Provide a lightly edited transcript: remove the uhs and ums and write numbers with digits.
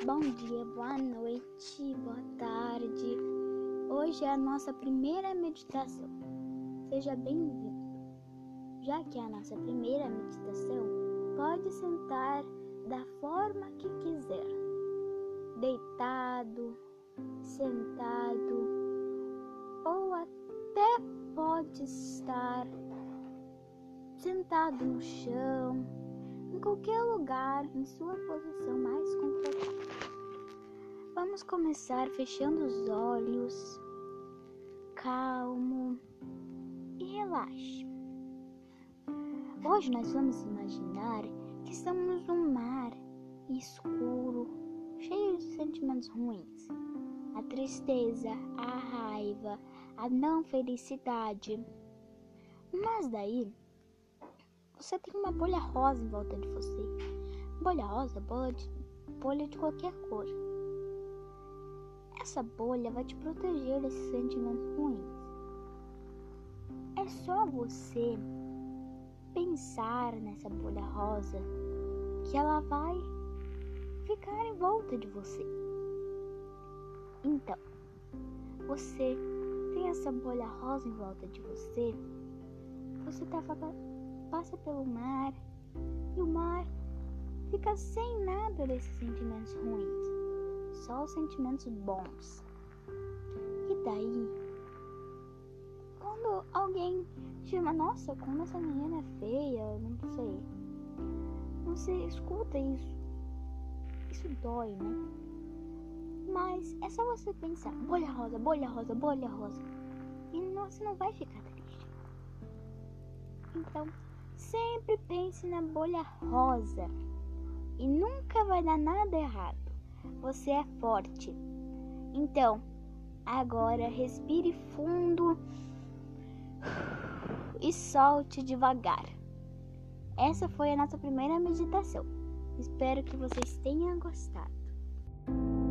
Bom dia, boa noite, boa tarde. Hoje é a nossa primeira meditação. Seja bem-vindo. Já que é a nossa primeira meditação, pode sentar da forma que quiser. Deitado, sentado, ou até pode estar sentado no chão, em qualquer lugar, em sua posição mais confortável. Vamos começar fechando os olhos, calmo e relaxe. Hoje nós vamos imaginar que estamos num mar escuro, cheio de sentimentos ruins. A tristeza, a raiva, a não felicidade. Mas daí, você tem uma bolha rosa em volta de você. Bolha rosa, bolha de qualquer cor. Essa bolha vai te proteger desses sentimentos ruins. É só você pensar nessa bolha rosa que ela vai ficar em volta de você. Então, você tem essa bolha rosa em volta de você. Você passa pelo mar e o mar fica sem nada desses sentimentos ruins, só os sentimentos bons. E daí, quando alguém chama, nossa, como essa menina é feia, não sei, você escuta isso dói, né? Mas é só você pensar, bolha rosa, bolha rosa, bolha rosa, e você não vai ficar triste. Então, sempre pense na bolha rosa e nunca vai dar nada errado. Você é forte. Então, agora respire fundo e solte devagar. Essa foi a nossa primeira meditação. Espero que vocês tenham gostado.